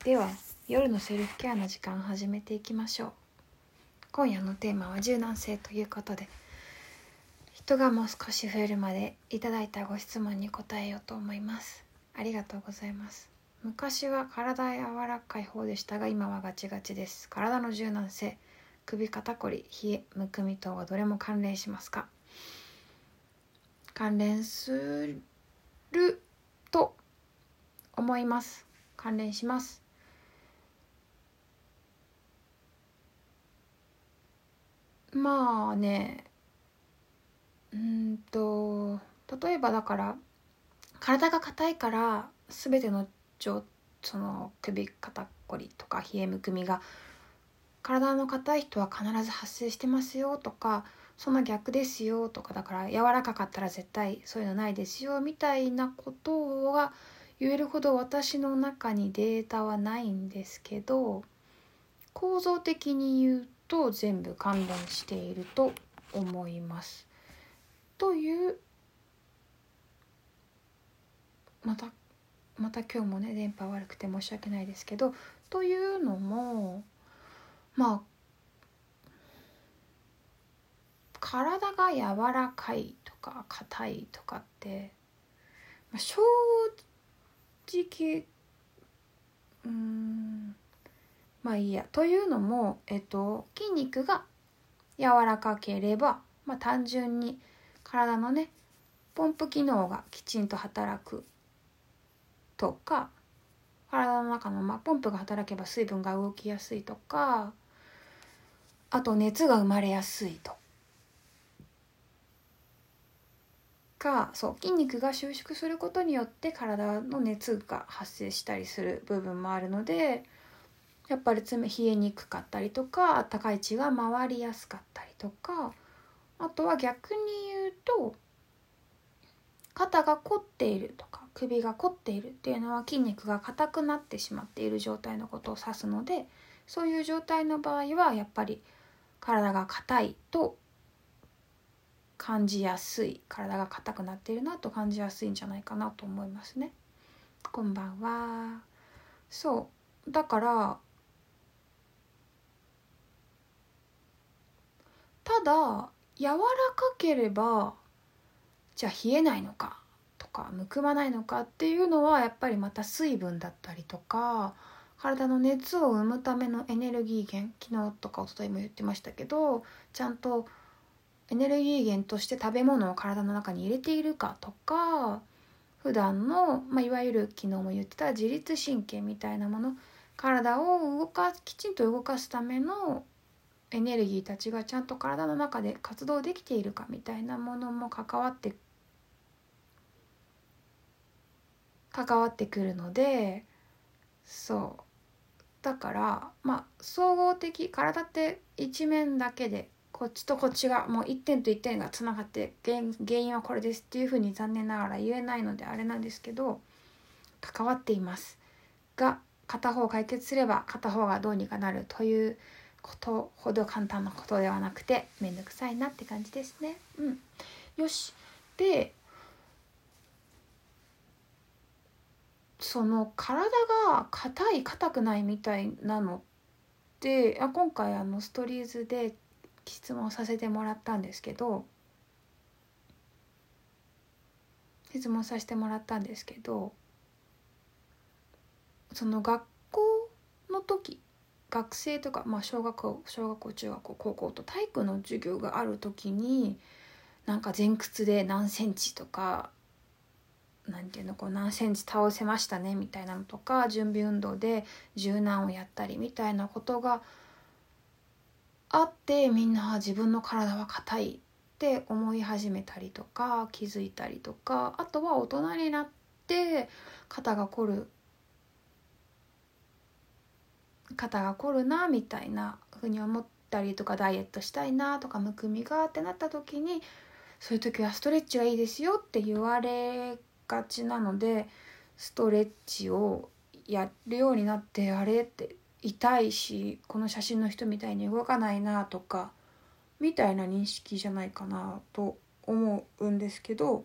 では夜のセルフケアの時間を始めていきましょう。今夜のテーマは柔軟性ということで、人がもう少し増えるまでいただいたご質問に答えようと思います。ありがとうございます。昔は体柔らかい方でしたが、今はガチガチです。体の柔軟性、首肩こり、冷え、むくみ等はどれも関連しますか？関連すると思います。関連します。まあね、例えばだから体が硬いから全てのその首肩こりとか冷えむくみが体の硬い人は必ず発生してますよとか、その逆ですよとか、だから柔らかかったら絶対そういうのないですよみたいなことが言えるほど私の中にデータはないんですけど、構造的に言うと全部関連していると思います。というまた今日もね電波悪くて申し訳ないですけど、というのも体が柔らかいとか硬いとかって、正直いいや。というのも筋肉が柔らかければ、単純に体のねポンプ機能がきちんと働くとか、体の中のポンプが働けば水分が動きやすいとか、あと熱が生まれやすいとか、筋肉が収縮することによって体の熱が発生したりする部分もあるので、やっぱり冷えにくかったりとか、温かい血が回りやすかったりとか、あとは逆に言うと肩が凝っているとか首が凝っているっていうのは筋肉が硬くなってしまっている状態のことを指すので、そういう状態の場合はやっぱり体が硬いと感じやすい、体が硬くなっているなと感じやすいんじゃないかなと思いますね。こんばんは。そうだからただ柔らかければじゃあ冷えないのかとかむくまないのかっていうのは、やっぱりまた水分だったりとか体の熱を生むためのエネルギー源、昨日とか一昨日も言ってましたけど、ちゃんとエネルギー源として食べ物を体の中に入れているかとか、普段の、いわゆる昨日も言ってた自律神経みたいなもの、体をきちんと動かすためのエネルギーたちがちゃんと体の中で活動できているかみたいなものも関わってくるので、だから総合的、体って一面だけでこっちとこっちがもう一点と一点がつながって原因はこれですっていうふうに残念ながら言えないのであれなんですけど、関わっていますが、片方解決すれば片方がどうにかなるということほど簡単なことではなくて、めんどくさいなって感じですね。よし。でその体が硬くないみたいなのって、今回ストーリーズで質問させてもらったんですけど、その学校の時、学生とか、小学校中学校高校と体育の授業がある時に、なんか前屈で何センチとか、何センチ倒せましたねみたいなのとか、準備運動で柔軟をやったりみたいなことがあって、みんな自分の体は硬いって思い始めたりとか気づいたりとか、あとは大人になって肩が凝るなみたいなふうに思ったりとか、ダイエットしたいなとかむくみがってなった時に、そういう時はストレッチがいいですよって言われがちなので、ストレッチをやるようになって、あれって痛いし、この写真の人みたいに動かないなとかみたいな認識じゃないかなと思うんですけど、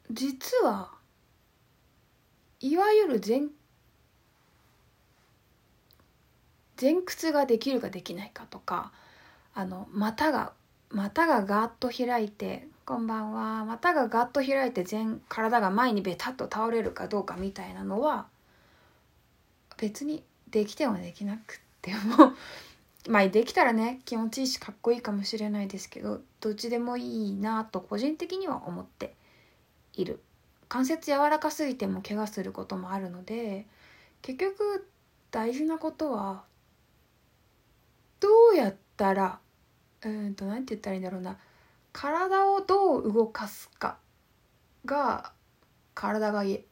実はいわゆる前屈ができるかできないかとか、股がガーッと開いて、こんばんは、股がガーッと開いて体が前にベタッと倒れるかどうかみたいなのは別にできてもできなくってもまあできたらね気持ちいいしかっこいいかもしれないですけど、どっちでもいいなと個人的には思っている。関節柔らかすぎても怪我することもあるので、結局大事なことはどうやったらなんて言ったらいいんだろうな、体をどう動かすかが体が柔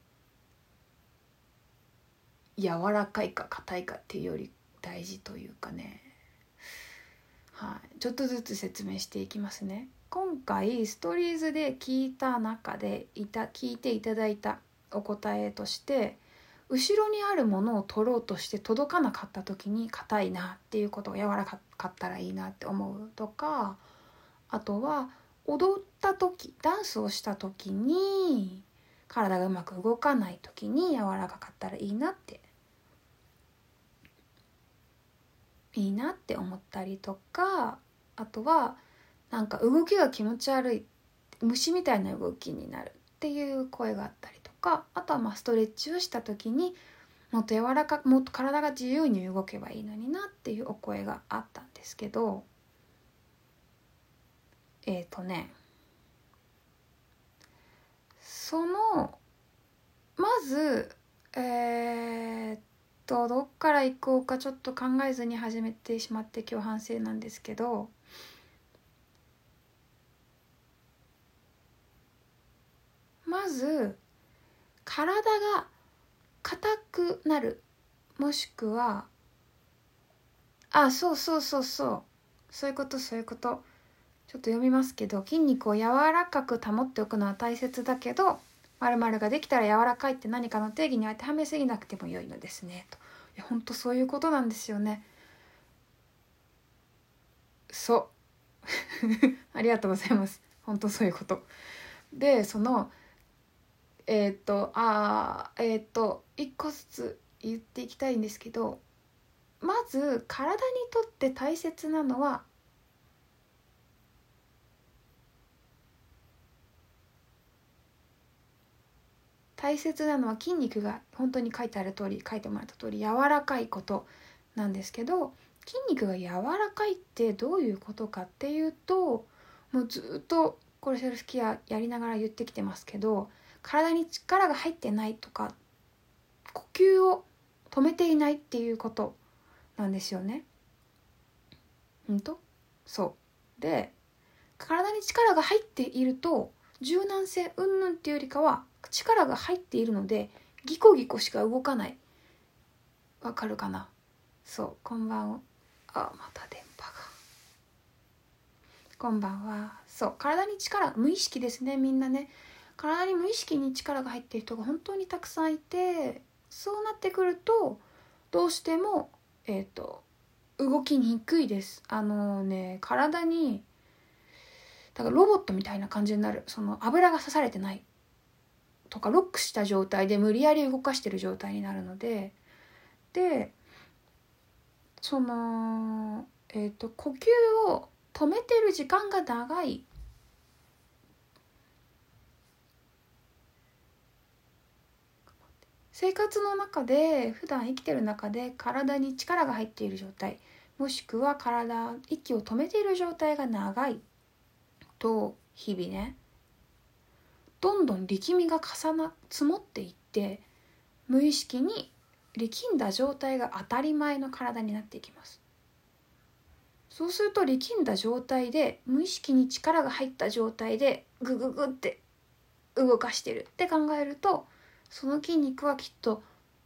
らかいか硬いかっていうより大事というかね。はい、ちょっとずつ説明していきますね。今回ストーリーズで聞いた中で聞いていただいたお答えとして、後ろにあるものを取ろうとして届かなかった時に硬いなっていうことが柔らかかったらいいなって思うとか、あとは踊った時ダンスをした時に体がうまく動かない時に柔らかかったらいいなって思ったりとか、あとはなんか動きが気持ち悪い、虫みたいな動きになるっていう声があったりとか、あとはストレッチをした時にもっともっと体が自由に動けばいいのになっていうお声があったんですけど、そのまずどっから行こうかちょっと考えずに始めてしまって今日反省なんですけど、まず体が硬くなる、もしくはそういうことちょっと読みますけど、筋肉を柔らかく保っておくのは大切だけど、〇〇ができたら柔らかいって何かの定義に当てはめすぎなくても良いのですねと。いや本当そういうことなんですよね。そうありがとうございます。本当そういうことで、一個ずつ言っていきたいんですけど、まず体にとって大切なのは筋肉が本当に書いてもらった通り柔らかいことなんですけど、筋肉が柔らかいってどういうことかっていうと、もうずっとこれセルフケアやりながら言ってきてますけど、体に力が入ってないとか呼吸を止めていないっていうことなんですよね。そうで、体に力が入っていると柔軟性云々っていうよりかは力が入っているのでギコギコしか動かない。わかるかな。こんばんは。また電波が。こんばんは。体に無意識ですね、みんなね。体に無意識に力が入っている人が本当にたくさんいて、そうなってくるとどうしても動きにくいです。体にだからロボットみたいな感じになる。油が刺されてないとかロックした状態で無理やり動かしてる状態になるので、呼吸を止めてる時間が長い生活の中で、普段生きてる中で体に力が入っている状態、もしくは息を止めている状態が長いと、日々ねどんどん力みが積もっていって、無意識に力んだ状態が当たり前の体になっていきます。そうすると力んだ状態で無意識に力が入った状態でグググって動かしてるって考えると、その筋肉はきっと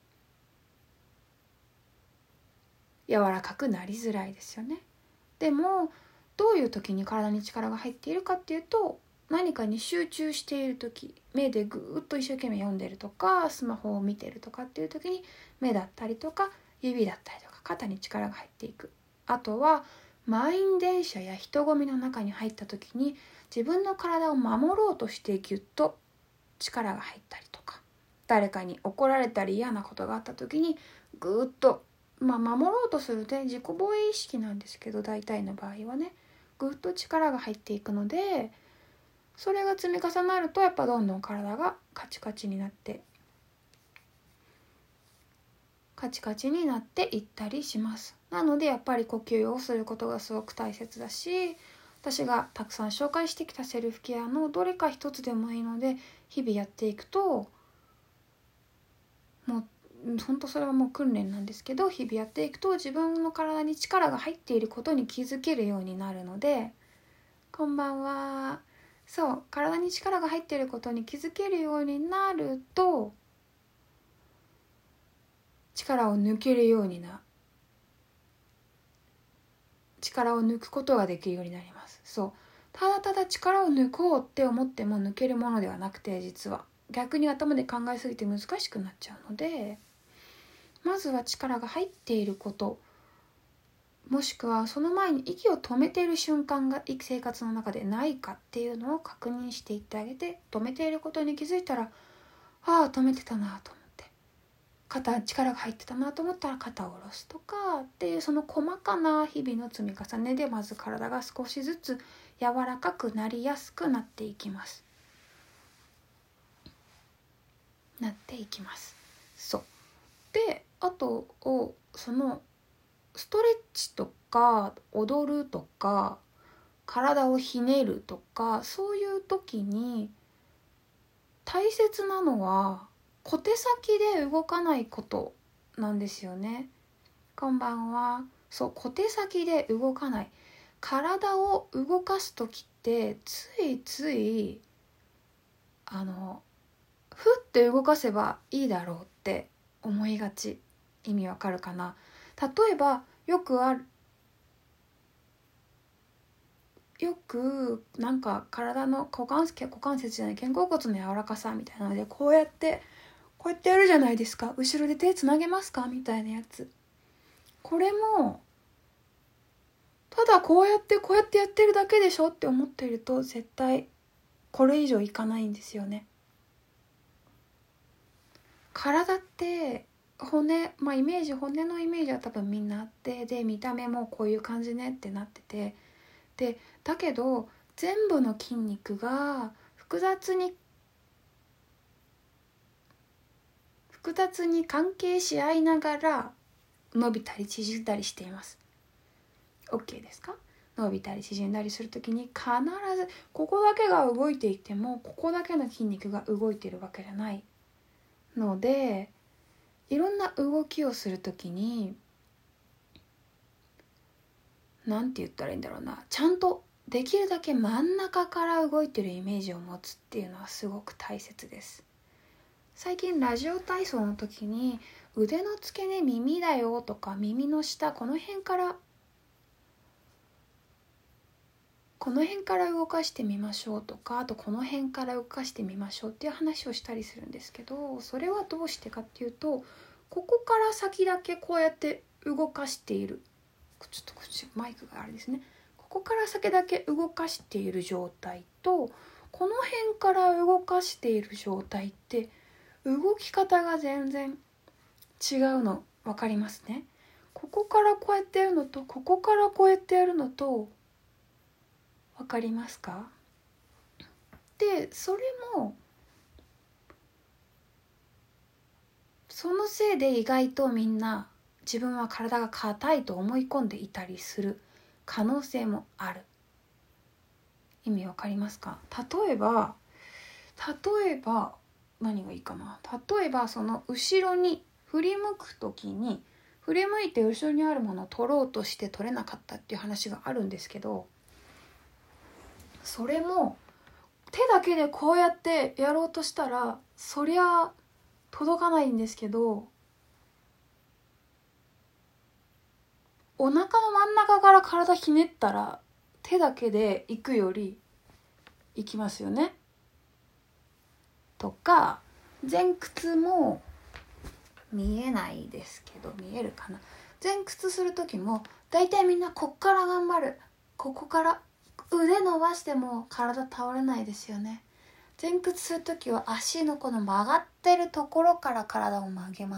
柔らかくなりづらいですよね。でもどういう時に体に力が入っているかっていうと、何かに集中している時、目でぐーっと一生懸命読んでるとかスマホを見てるとかっていう時に目だったりとか指だったりとか肩に力が入っていく。あとは満員電車や人混みの中に入った時に自分の体を守ろうとしてギュッと力が入ったりとか、誰かに怒られたり嫌なことがあった時にぐーっと、守ろうとするで自己防衛意識なんですけど、大体の場合はねぐーっと力が入っていくので、それが積み重なるとやっぱどんどん体がカチカチになっていったりします。なのでやっぱり呼吸をすることがすごく大切だし、私がたくさん紹介してきたセルフケアのどれか一つでもいいので日々やっていくと、もう本当それはもう訓練なんですけど、日々やっていくと自分の体に力が入っていることに気づけるようになるので、こんばんは。そう、体に力が入っていることに気づけるようになると、力を抜くことができるようになります。そう、ただただ力を抜こうって思っても抜けるものではなくて、実は逆に頭で考えすぎて難しくなっちゃうので、まずは力が入っていること、もしくはその前に息を止めている瞬間が生活の中でないかっていうのを確認していってあげて、止めていることに気づいたら、止めてたなと思って、力が入ってたなと思ったら肩を下ろすとかっていう、その細かな日々の積み重ねでまず体が少しずつ柔らかくなりやすくなっていきます。そうで、あとそのストレッチとか踊るとか体をひねるとか、そういう時に大切なのは小手先で動かないことなんですよね。こんばんは。そう、小手先で動かない。体を動かす時ってついついふって動かせばいいだろうって思いがち。意味わかるかな。例えばよくなんか体の股関節じゃない肩甲骨の柔らかさみたいなのでこうやってやるじゃないですか。後ろで手つなげますかみたいなやつ。これもただこうやってやってるだけでしょって思っていると、絶対これ以上いかないんですよね。体って骨のイメージは多分みんなあって、で見た目もこういう感じねってなってて、でだけど全部の筋肉が複雑に関係し合いながら伸びたり縮んだりしています。 OK ですか？伸びたり縮んだりするときに必ずここだけが動いていてもここだけの筋肉が動いているわけじゃないので、いろんな動きをするときになんて言ったらいいんだろうな、ちゃんとできるだけ真ん中から動いてるイメージを持つっていうのはすごく大切です。最近ラジオ体操の時に腕の付け根耳だよとか、耳の下この辺から動かしてみましょうとか、あとこの辺から動かしてみましょうっていう話をしたりするんですけど、それはどうしてかっていうと、ここから先だけこうやって動かしている、ちょっとこっちマイクがあれですね、ここから先だけ動かしている状態とこの辺から動かしている状態って動き方が全然違うの分かりますね。ここからこうやってやるのとここからこうやってやるのと分かりますか？でそれもそのせいで意外とみんな自分は体が硬いと思い込んでいたりする可能性もある。意味わかりますか？例えば何がいいかな。例えばその後ろに振り向く時に振り向いて後ろにあるものを取ろうとして取れなかったっていう話があるんですけど、それも手だけでこうやってやろうとしたらそりゃ届かないんですけど、お腹の真ん中から体ひねったら手だけで行くより行きますよね。とか前屈も見えないですけど見えるかな。前屈する時もだいたいみんなこっから頑張る、ここから腕伸ばしても体倒れないですよね。 前屈するときは足のこの曲がってるところから体を曲げます。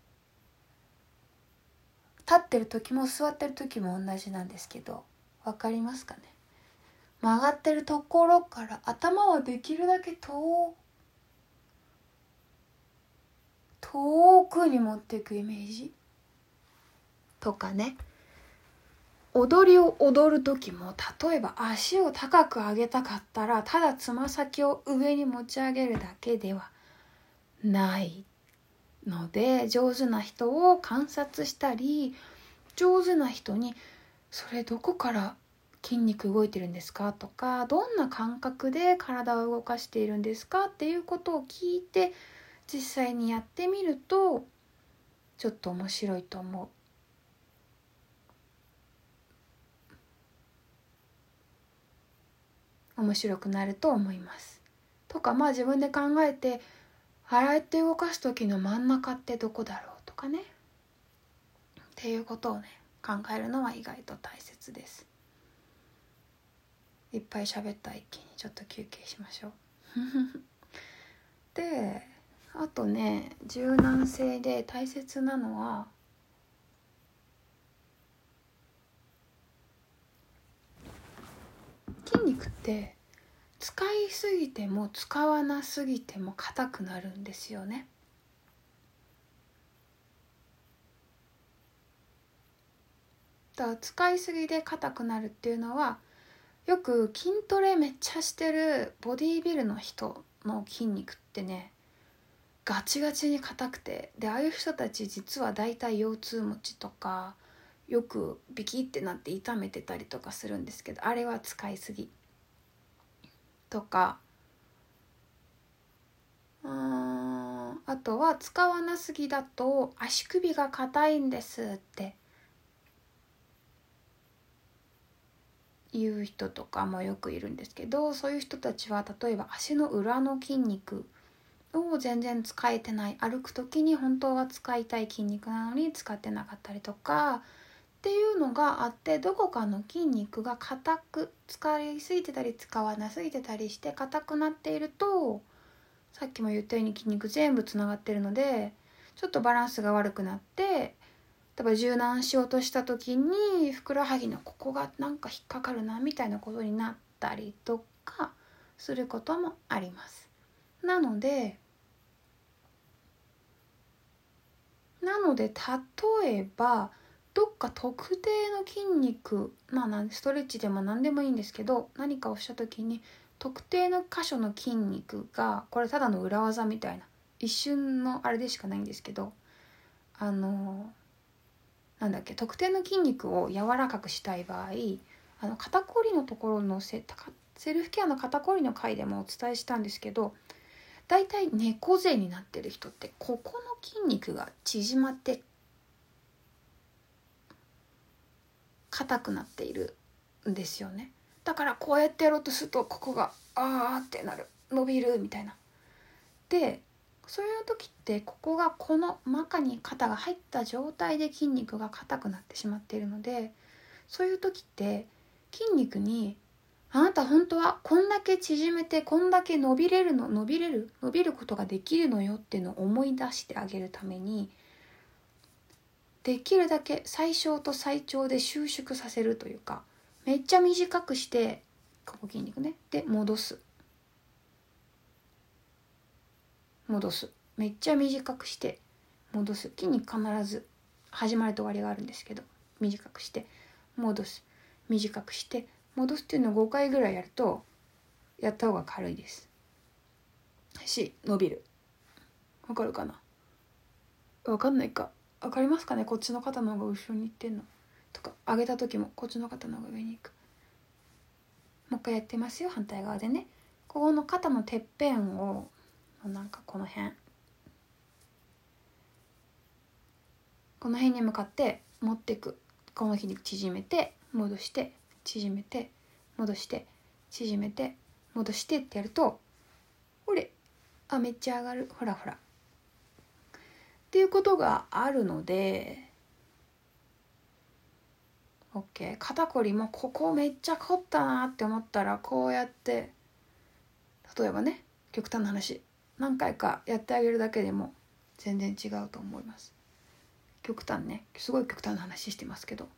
立ってる時も座ってる時も同じなんですけど、わかりますかね。曲がってるところから頭はできるだけ遠くに持っていくイメージとかね。踊りを踊る時も、例えば足を高く上げたかったらただつま先を上に持ち上げるだけではないので、上手な人を観察したり、上手な人にそれどこから筋肉動いてるんですかとか、どんな感覚で体を動かしているんですかっていうことを聞いて実際にやってみるとちょっと面白いと思う。面白くなると思います。とか自分で考えて、腹って動かす時の真ん中ってどこだろうとかね、っていうことをね考えるのは意外と大切です。いっぱい喋った一気にちょっと休憩しましょうで、あとね、柔軟性で大切なのは筋肉って使いすぎても使わなすぎても硬くなるんですよね。だから使いすぎで硬くなるっていうのは、よく筋トレめっちゃしてるボディービルの人の筋肉ってね、ガチガチに硬くて、でああいう人たち実は大体腰痛持ちとか、よくビキってなって痛めてたりとかするんですけど、あれは使いすぎとか、あとは使わなすぎだと足首が硬いんですっていう人とかもよくいるんですけど、そういう人たちは例えば足の裏の筋肉を全然使えてない、歩く時に本当は使いたい筋肉なのに使ってなかったりとかっていうのがあって、どこかの筋肉が硬く使いすぎてたり使わなすぎてたりして硬くなっていると、さっきも言ったように筋肉全部つながってるのでちょっとバランスが悪くなって、例えば柔軟しようとした時にふくらはぎのここがなんか引っかかるなみたいなことになったりとかすることもあります。なので例えばどっか特定の筋肉、ストレッチでも何でもいいんですけど、何かをした時に特定の箇所の筋肉が、これただの裏技みたいな一瞬のあれでしかないんですけど、特定の筋肉を柔らかくしたい場合、肩こりのところのセルフケアの肩こりの回でもお伝えしたんですけど、だいたい猫背になってる人ってここの筋肉が縮まって硬くなっているんですよね。だからこうやってやろうとするとここがあーってなる、伸びるみたいな。でそういう時ってここがこの中に肩が入った状態で筋肉が硬くなってしまっているので、そういう時って筋肉にあなた本当はこんだけ縮めてこんだけ伸びることができるのよっていうのを思い出してあげるために、できるだけ最小と最長で収縮させるというか、めっちゃ短くしてここ筋肉ね、で戻すめっちゃ短くして戻す。筋肉必ず始まりと終わりがあるんですけど、短くして戻す、短くして戻すっていうのを5回ぐらいやると、やった方が軽いですし伸びる。わかるかな。わかんないか。わかりますかね。こっちの肩の方が後ろに行ってんのとか、上げた時もこっちの肩の方が上に行く。もう一回やってますよ、反対側でね。ここの肩のてっぺんをこの辺に向かって持っていく。この筋肉縮めて戻して縮めて戻して縮めて戻してってやると、ほれめっちゃ上がる、ほらっていうことがあるので、 OK。 肩こりもここめっちゃ凝ったなって思ったら、こうやって例えばね極端な話、何回かやってあげるだけでも全然違うと思います。極端ね、すごい極端な話してますけど、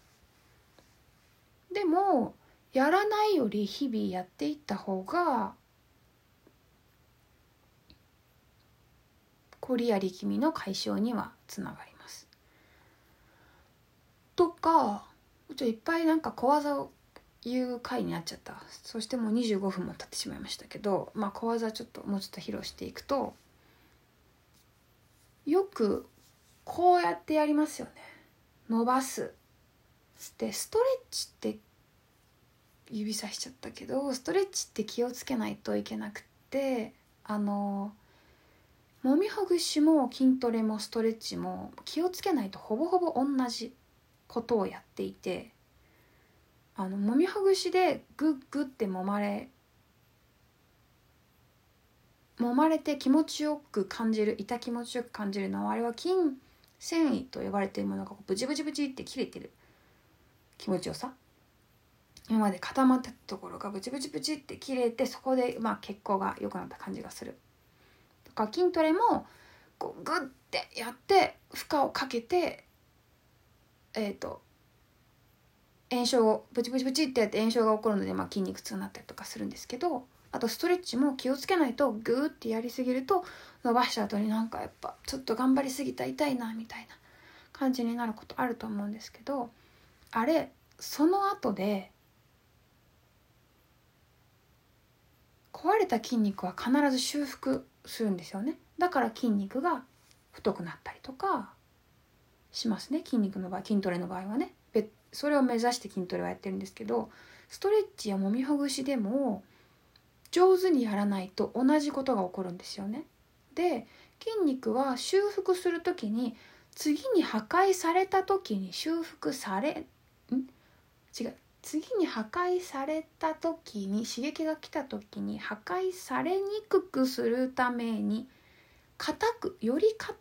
でもやらないより日々やっていった方がこりや力みの解消にはつながります。とか、いっぱいなんか小技を言う回になっちゃった。そしてもう25分も経ってしまいましたけど、小技もうちょっと披露していくと、よくこうやってやりますよね。伸ばす。でストレッチって指さしちゃったけど、ストレッチって気をつけないといけなくて、もみほぐしも筋トレもストレッチも気をつけないとほぼほぼ同じことをやっていて、もみほぐしでグッグッって揉まれて気持ちよく感じる、気持ちよく感じるのは、あれは筋繊維と呼ばれているものがブチブチブチって切れてる気持ちよさ、今まで固まってたところがブチブチブチって切れて、そこで血行が良くなった感じがするとか、筋トレもこうグッてやって負荷をかけて炎症をブチブチブチってやって炎症が起こるので、筋肉痛になったりとかするんですけど、あとストレッチも気をつけないとグーってやりすぎると、伸ばした後になんかやっぱちょっと頑張りすぎた、痛いなみたいな感じになることあると思うんですけど、あれその後で壊れた筋肉は必ず修復するんですよね。だから筋肉が太くなったりとかしますね。筋肉の場合、筋トレの場合はね、それを目指して筋トレはやってるんですけど、ストレッチやもみほぐしでも上手にやらないと同じことが起こるんですよね。で、筋肉は修復するときに、次に破壊された時に次に破壊された時に、刺激が来た時に破壊されにくくするためによ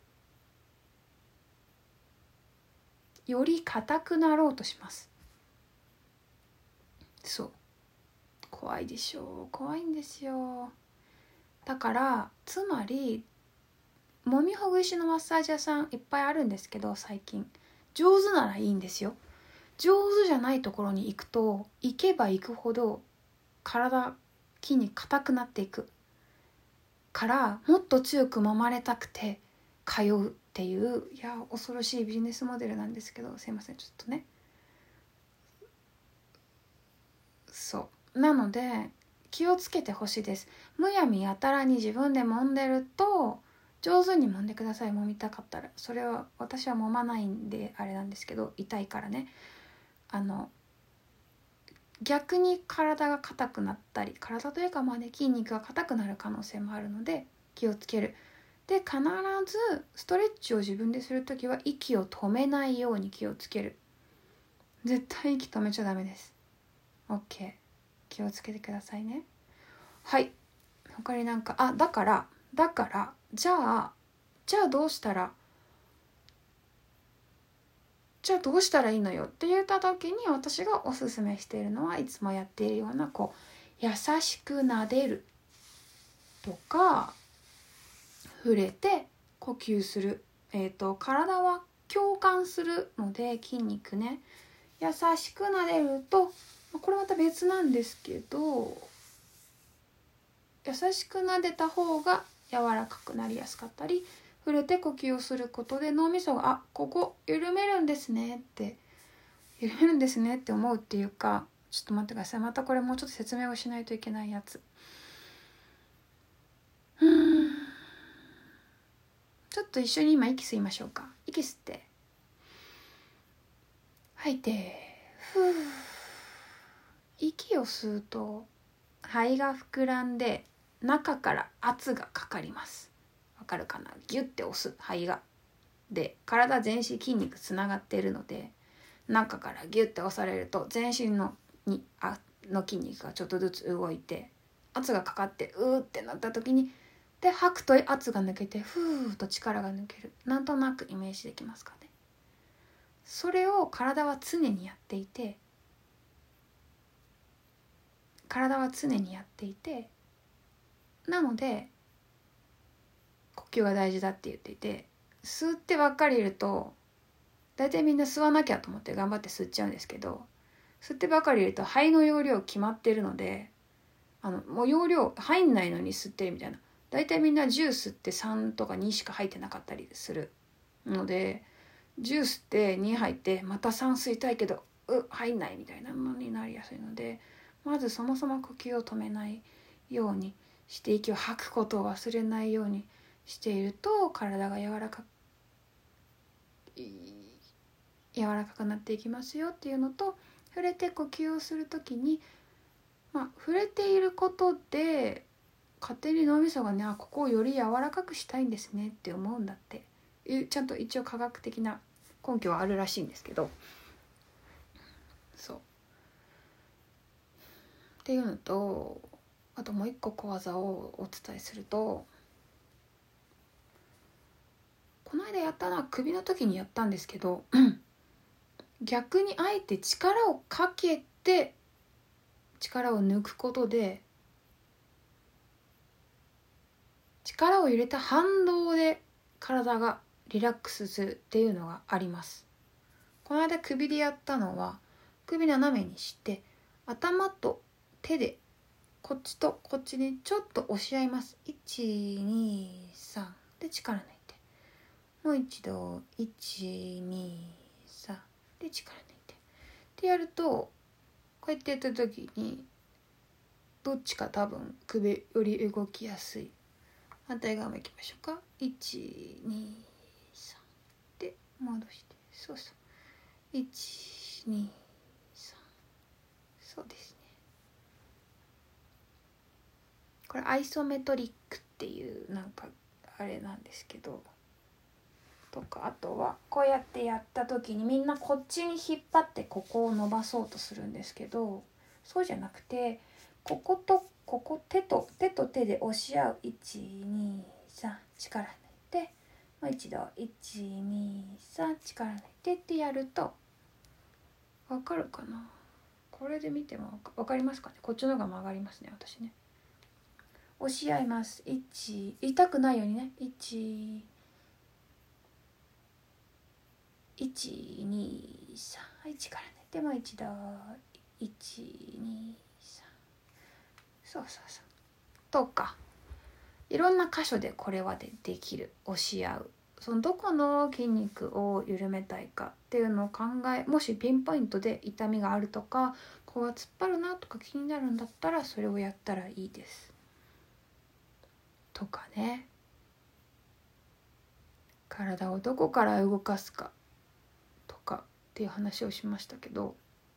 り硬くなろうとします。そう、怖いでしょう。怖いんですよ。だからつまりもみほぐしのマッサージ屋さんいっぱいあるんですけど、最近上手ならいいんですよ。上手じゃないところに行けば行くほど筋肉硬くなっていくから、もっと強く揉まれたくて通うっていう、恐ろしいビジネスモデルなんですけど、すいません、ちょっとね。そうなので気をつけてほしいです。むやみやたらに自分で揉んでると、上手に揉んでください。揉みたかったら。それは私は揉まないんであれなんですけど、痛いからね。逆に体が硬くなったり、体というか筋肉が硬くなる可能性もあるので気をつける。で、必ずストレッチを自分でするときは息を止めないように気をつける。絶対息止めちゃダメです。 OK、 気をつけてくださいね。はい、他になんかだからじゃあどうしたらいいのよって言った時に、私がおすすめしているのは、いつもやっているような優しく撫でるとか、触れて呼吸する。体は共感するので、筋肉ね、優しく撫でると、これまた別なんですけど、優しく撫でた方が柔らかくなりやすかったり、触れて呼吸をすることで脳みそがここ緩めるんですねって思うっていうか、ちょっと待ってください。またこれもうちょっと説明をしないといけないやつ。ちょっと一緒に今息吸いましょうか。息吸って吐いて、息を吸うと肺が膨らんで中から圧がかかります。わかるかな。ギュッて押す、肺が。で、体全身筋肉つながっているので、中からギュッて押されると全身の筋肉がちょっとずつ動いて、圧がかかってうーってなった時に、で吐くと圧が抜けて、ふーっと力が抜ける。なんとなくイメージできますかね。それを体は常にやっていて、 なので呼吸が大事だって言っていて、吸ってばっかりいると大体みんな吸わなきゃと思って頑張って吸っちゃうんですけど、吸ってばかりいると肺の容量決まってるので、もう容量入んないのに吸ってるみたいな、大体みんな10吸って3とか2しか入ってなかったりするので、10吸って2入ってまた3吸いたいけど入んないみたいなのになりやすいので、まずそもそも呼吸を止めないようにして、息を吐くことを忘れないようにしていると体が柔らかくなっていきますよっていうのと、触れて呼吸をするときに、触れていることで勝手に脳みそがね、ここをより柔らかくしたいんですねって思うんだって、ちゃんと一応科学的な根拠はあるらしいんですけど、そうっていうのと、あともう一個小技をお伝えすると、この間やったのは首の時にやったんですけど逆にあえて力をかけて力を抜くことで、力を入れた反動で体がリラックスするっていうのがあります。この間首でやったのは、首斜めにして頭と手でこっちとこっちにちょっと押し合います。123で力抜いて、もう一度123で力抜いてってやると、こうやってやった時にどっちか多分首より動きやすい。反対側も行きましょうか。123で戻して、そう123、そうですね。これアイソメトリックっていうあれなんですけど、とか、あとはこうやってやった時にみんなこっちに引っ張ってここを伸ばそうとするんですけど、そうじゃなくて、こことここ、手と手で押し合う。123力抜いて、もう一度123力抜いてってやると、わかるかな、これで見てもわかりますかね。こっちの方が曲がりますね、私ね。押し合います。痛くないようにね。123、はい力抜いて、もう一度123、そうとか、いろんな箇所でこれはできる。押し合う、そのどこの筋肉を緩めたいかっていうのを考え、もしピンポイントで痛みがあるとか、ここが突っ張るなとか気になるんだったら、それをやったらいいですとかね。体をどこから動かすかとかっていう話をしましたけど、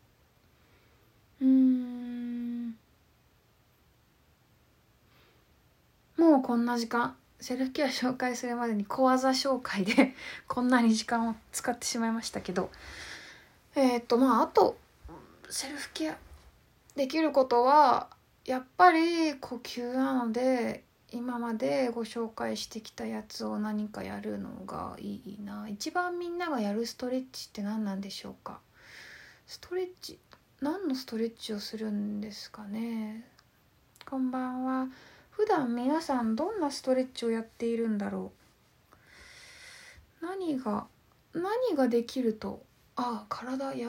もうこんな時間、セルフケア紹介するまでに小技紹介でこんなに時間を使ってしまいましたけど、あとセルフケアできることはやっぱり呼吸なので、今までご紹介してきたやつを何かやるのがいいな。一番みんながやるストレッチって何なんでしょうか。ストレッチ、何のストレッチをするんですかね。こんばんは。普段皆さんどんなストレッチをやっているんだろう。何ができると、体柔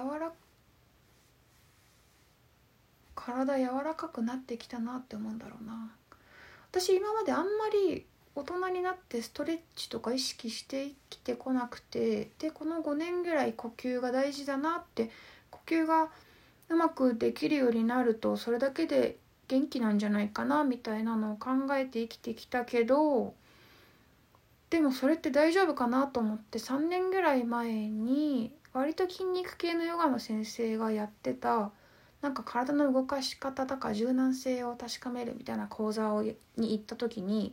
らかくなってきたなって思うんだろうな。私今まであんまり大人になってストレッチとか意識してきてこなくて、でこの5年ぐらい呼吸が大事だなって、呼吸がうまくできるようになるとそれだけで元気なんじゃないかなみたいなのを考えて生きてきたけど、でもそれって大丈夫かなと思って、3年ぐらい前に割と筋肉系のヨガの先生がやってた、体の動かし方とか柔軟性を確かめるみたいな講座に行った時に、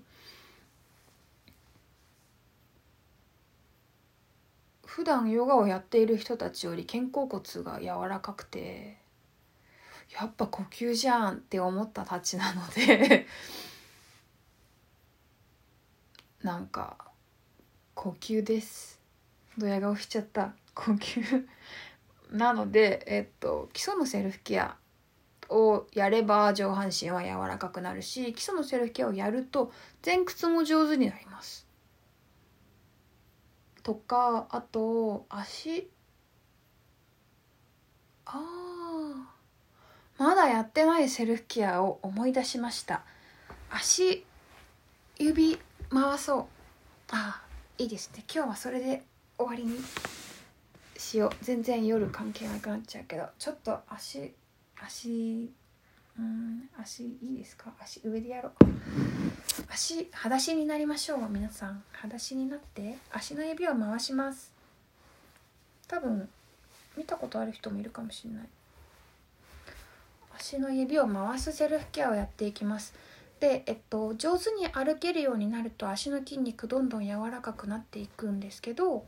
普段ヨガをやっている人たちより肩甲骨が柔らかくて、やっぱ呼吸じゃんって思ったたちなので呼吸です。ドヤ顔しちゃった。呼吸なので、基礎のセルフケアをやれば上半身は柔らかくなるし、基礎のセルフケアをやると前屈も上手になりますとか、あと足、まだやってないセルフケアを思い出しました。足指回そう。いいですね。今日はそれで終わりにしよう。全然夜関係なくなっちゃうけど、ちょっと足いいですか？足上でやろう。足裸足になりましょう。皆さん裸足になって足の指を回します。多分見たことある人もいるかもしれない。足の指を回すセルフケアをやっていきます。で、上手に歩けるようになると足の筋肉どんどん柔らかくなっていくんですけど、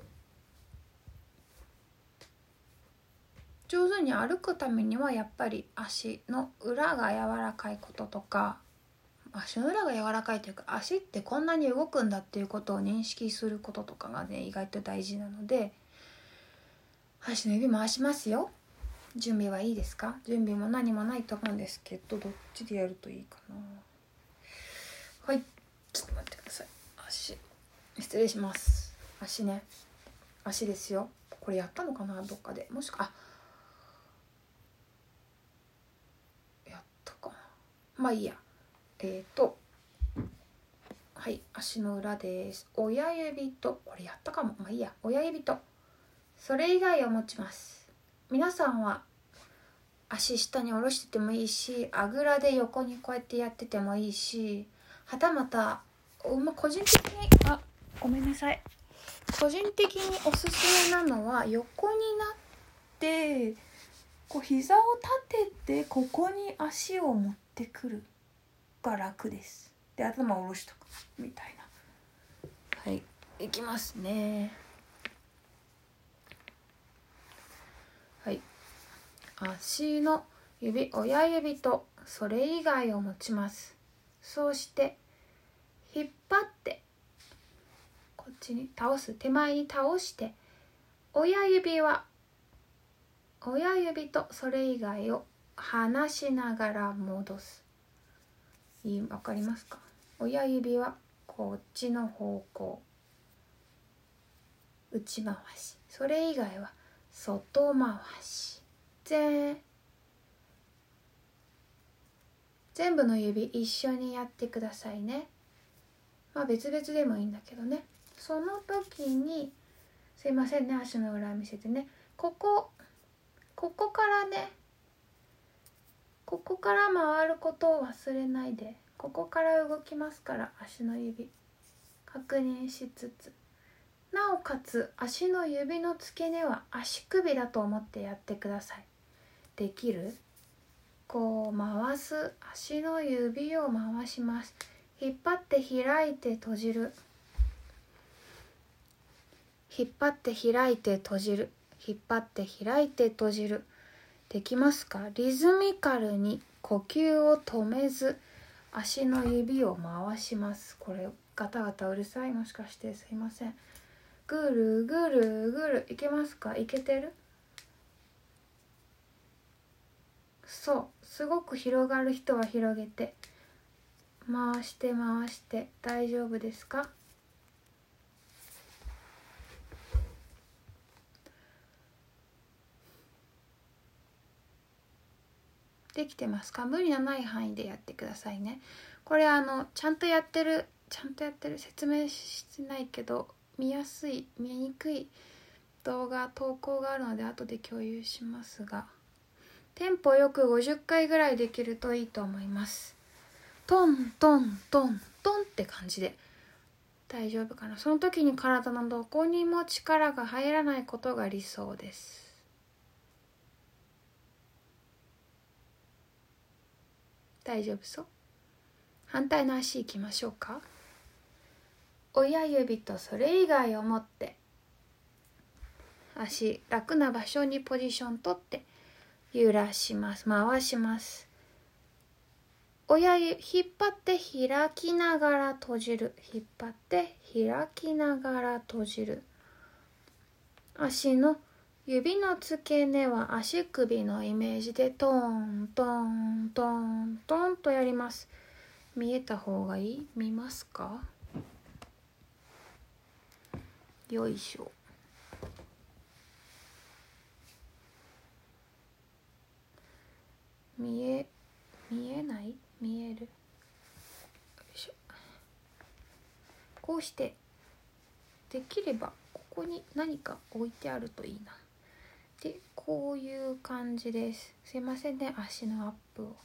上手に歩くためにはやっぱり足の裏が柔らかいこととか、足の裏が柔らかいというか、足ってこんなに動くんだっていうことを認識することとかがね、意外と大事なので、足の指回しますよ。準備はいいですか？準備も何もないと思うんですけど、どっちでやるといいかな。はい、ちょっと待ってください。足、失礼します。足ね、足ですよ。これやったのかな、どっかで。もしか、やったかな。まあいいや。はい、足の裏です。親指と、これやったかも。まあいいや。親指と、それ以外を持ちます。皆さんは足下に下ろしててもいいし、あぐらで横にこうやってやっててもいいし、はたまた、個人的に、ごめんなさい。個人的におすすめなのは、横になって、こう膝を立てて、ここに足を持ってくるが楽です。で、頭を下ろしとくみたいな。はい、いきますね。はい、足の指、親指とそれ以外を持ちます。そうして引っ張ってこっちに倒す、手前に倒して、親指とそれ以外を離しながら戻す。わかりますか？親指はこっちの方向、内回し、それ以外は外回し。全部の指一緒にやってくださいね。別々でもいいんだけどね。その時に、すいませんね、足の裏見せてね。ここからね、ここから回ることを忘れないで。ここから動きますから、足の指確認しつつ、なおかつ足の指の付け根は足首だと思ってやってください。できる？こう回す、足の指を回します。引っ張って開いて閉じる、引っ張って開いて閉じる、引っ張って開いて閉じる。できますか？リズミカルに呼吸を止めず足の指を回します。これガタガタうるさい？もしかしてすいません。ぐるぐるぐる、いけますか？いけてる？そう、すごく広がる人は広げて、回して回して。大丈夫ですか？できてますか？無理のない範囲でやってくださいね。これちゃんとやってる、説明してないけど見やすい見にくい投稿があるので後で共有しますが、テンポよく50回ぐらいできるといいと思います。トントントントンって感じで大丈夫かな。その時に体のどこにも力が入らないことが理想です。大丈夫そう？反対の足行きましょうか。親指とそれ以外を持って足楽な場所にポジション取って揺らします。回します。親指引っ張って開きながら閉じる、引っ張って開きながら閉じる。足の指の付け根は足首のイメージでトントントントンとやります。見えた方がいい？見ますか？よいしょ。見えない？見える？よいしょ。こうしてできればここに何か置いてあるといいな。でこういう感じです。すいませんね、足のアップを。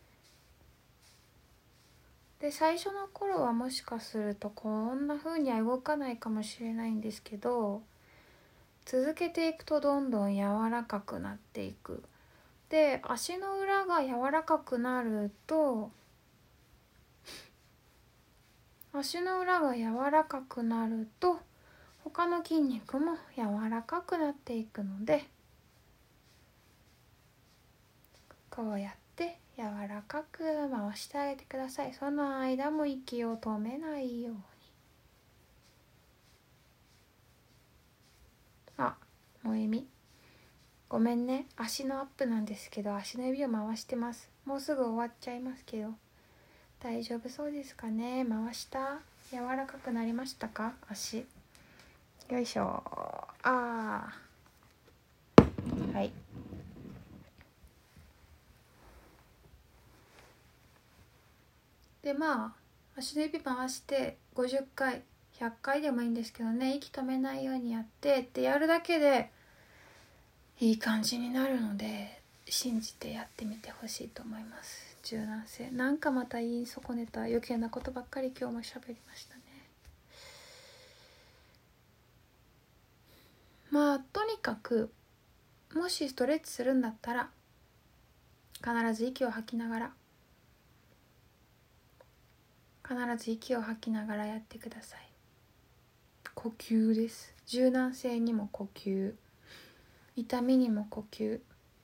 で最初の頃はもしかするとこんな風には動かないかもしれないんですけど、続けていくとどんどん柔らかくなっていく。で足の裏が柔らかくなると他の筋肉も柔らかくなっていくので、こうやって柔らかく回してあげてください。その間も息を止めないように。萌実、ごめんね、足のアップなんですけど足の指を回してます。もうすぐ終わっちゃいますけど大丈夫そうですかね。回した？柔らかくなりましたか？足。よいしょ。はい。で足の指回して50回100回でもいいんですけどね、息止めないようにやってやるだけでいい感じになるので、信じてやってみてほしいと思います。柔軟性、なんかまた言い損ねた余計なことばっかり今日も喋りましたね。とにかくもしストレッチするんだったら必ず息を吐きながらやってください。呼吸です。柔軟性にも呼吸、痛みにも呼吸。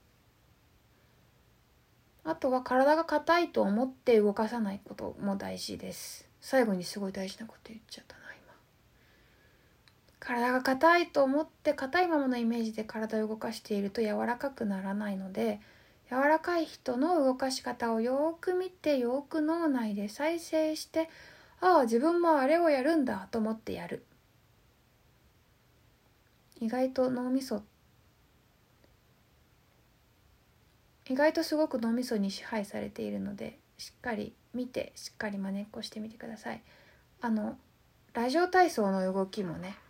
あとは体が硬いと思って動かさないことも大事です。最後にすごい大事なこと言っちゃったな今。体が硬いと思って硬いままのイメージで体を動かしていると柔らかくならないので、柔らかい人の動かし方をよく見て、よく脳内で再生して、自分もあれをやるんだと思ってやる。意外とすごく脳みそに支配されているので、しっかり見てしっかり真似っこしてみてください。ラジオ体操の動きもね、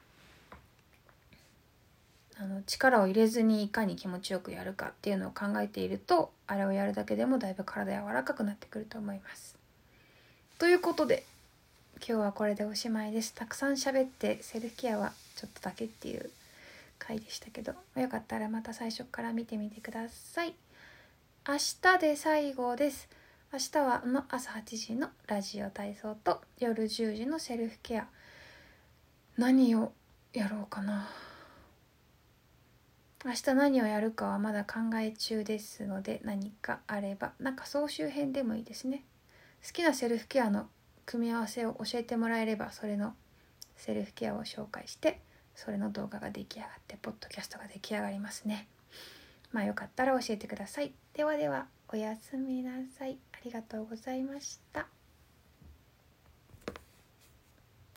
力を入れずにいかに気持ちよくやるかっていうのを考えていると、あれをやるだけでもだいぶ体柔らかくなってくると思います。ということで今日はこれでおしまいです。たくさん喋ってセルフケアはちょっとだけっていう回でしたけど、よかったらまた最初から見てみてください。明日で最後です。明日は朝8時のラジオ体操と夜10時のセルフケア。何をやろうかな。明日何をやるかはまだ考え中ですので、何かあれば総集編でもいいですね。好きなセルフケアの組み合わせを教えてもらえれば、それのセルフケアを紹介して、それの動画が出来上がってポッドキャストが出来上がりますね。よかったら教えてください。ではではおやすみなさい。ありがとうございました。